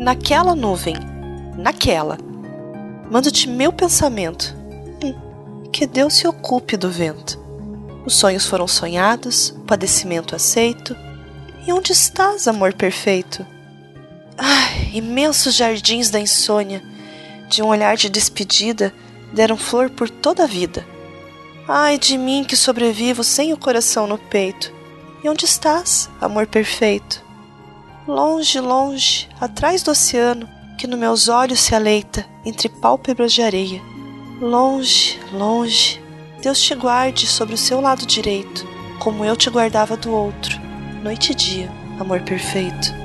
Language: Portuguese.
naquela nuvem, naquela. Mando-te meu pensamento, que Deus se ocupe do vento. Os sonhos foram sonhados, o padecimento aceito. E onde estás, amor perfeito? Ai, imensos jardins da insônia, de um olhar de despedida, deram flor por toda a vida. Ai de mim que sobrevivo sem o coração no peito. E onde estás, amor perfeito? Longe, longe, atrás do oceano, que nos meus olhos se aleita entre pálpebras de areia. Longe, longe, Deus te guarde sobre o seu lado direito, como eu te guardava do outro, noite e dia, amor perfeito.